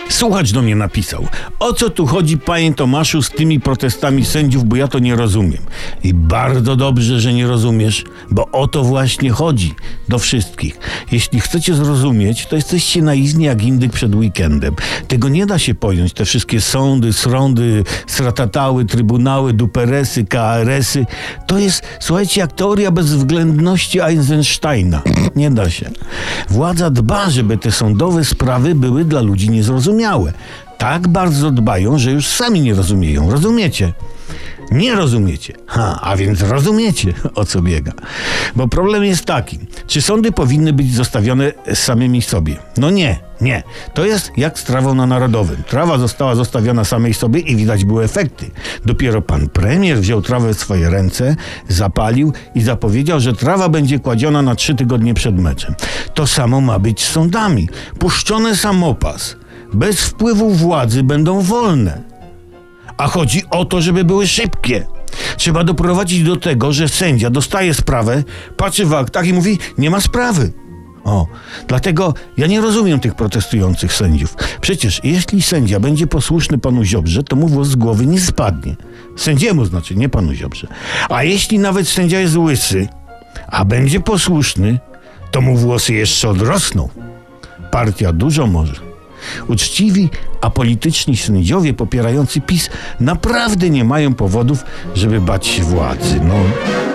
Słuchacz do mnie napisał: o co tu chodzi, panie Tomaszu, z tymi protestami sędziów, bo ja to nie rozumiem. I bardzo dobrze, że nie rozumiesz, bo o to właśnie chodzi do wszystkich. Jeśli chcecie zrozumieć, to jesteście naiwni jak indyk przed weekendem. Tego nie da się pojąć. Te wszystkie sądy, srądy, sratatały, trybunały, duperesy, KRS-y. To jest, słuchajcie, jak teoria bezwzględności Eisensteina. Nie da się. Władza dba, żeby te sądowe sprawy były dla ludzi niezrozumiałe. Tak bardzo dbają, że już sami nie rozumieją. Rozumiecie? Nie rozumiecie. A więc rozumiecie, o co biega. Bo problem jest taki. Czy sądy powinny być zostawione samymi sobie? No nie. To jest jak z trawą na Narodowym. Trawa została zostawiona samej sobie i widać były efekty. Dopiero pan premier wziął trawę w swoje ręce, zapalił i zapowiedział, że trawa będzie kładziona na 3 tygodnie przed meczem. To samo ma być z sądami. Puszczone samopas. Bez wpływu władzy będą wolne. A chodzi o to, żeby były szybkie. Trzeba doprowadzić do tego, że sędzia dostaje sprawę, patrzy w aktach i mówi: nie ma sprawy. Dlatego ja nie rozumiem tych protestujących sędziów. Przecież jeśli sędzia będzie posłuszny panu Ziobrze, to mu włos z głowy nie spadnie. Sędziemu znaczy, nie panu Ziobrze. A jeśli nawet sędzia jest łysy, a będzie posłuszny, to mu włosy jeszcze odrosną. Partia dużo może. Uczciwi, apolityczni sędziowie popierający PiS naprawdę nie mają powodów, żeby bać się władzy.